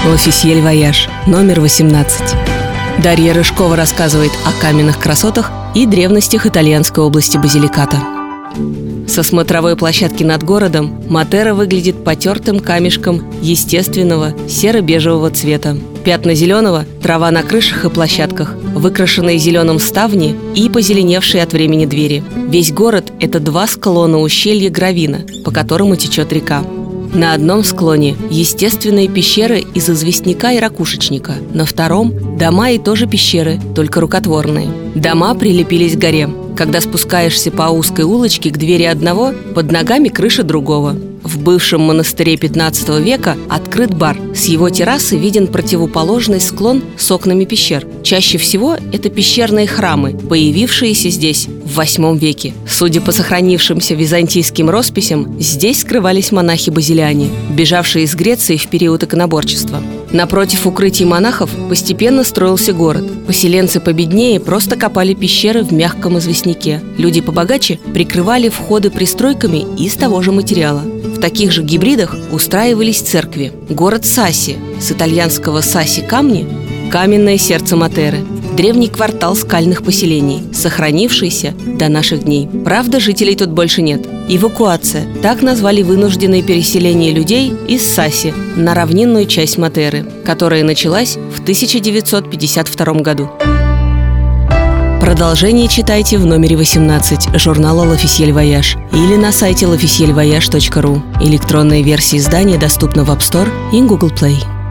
L'Officiel Voyage, номер 18. Дарья Рыжкова рассказывает о каменных красотах и древностях итальянской области Базиликата. Со смотровой площадки над городом Матера выглядит потертым камешком естественного серо-бежевого цвета. Пятна зеленого, трава на крышах и площадках, выкрашенные зеленым ставни и позеленевшие от времени двери. Весь город – это два склона ущелья Гравина, по которому течет река. На одном склоне естественные пещеры из известняка и ракушечника, на втором – дома и тоже пещеры, только рукотворные. Дома прилепились к горе. Когда спускаешься по узкой улочке к двери одного, под ногами крыша другого. В бывшем монастыре 15 века открыт бар. С его террасы виден противоположный склон с окнами пещер. Чаще всего это пещерные храмы, появившиеся здесь в VIII веке. Судя по сохранившимся византийским росписям, здесь скрывались монахи-базиляне, бежавшие из Греции в период иконоборчества. Напротив укрытий монахов постепенно строился город. Поселенцы победнее просто копали пещеры в мягком известняке. Люди побогаче прикрывали входы пристройками из того же материала. В таких же гибридах устраивались церкви. Город Сасси, с итальянского «сасси» – камни, каменное сердце Матеры, древний квартал скальных поселений, сохранившийся до наших дней. Правда, жителей тут больше нет. Эвакуация – так назвали вынужденное переселение людей из Сасси на равнинную часть Матеры, которая началась в 1952 году. Продолжение читайте в номере 18 журнала L'Officiel Voyage или на сайте l'officielvoyage.ru. Электронная версия издания доступна в App Store и Google Play.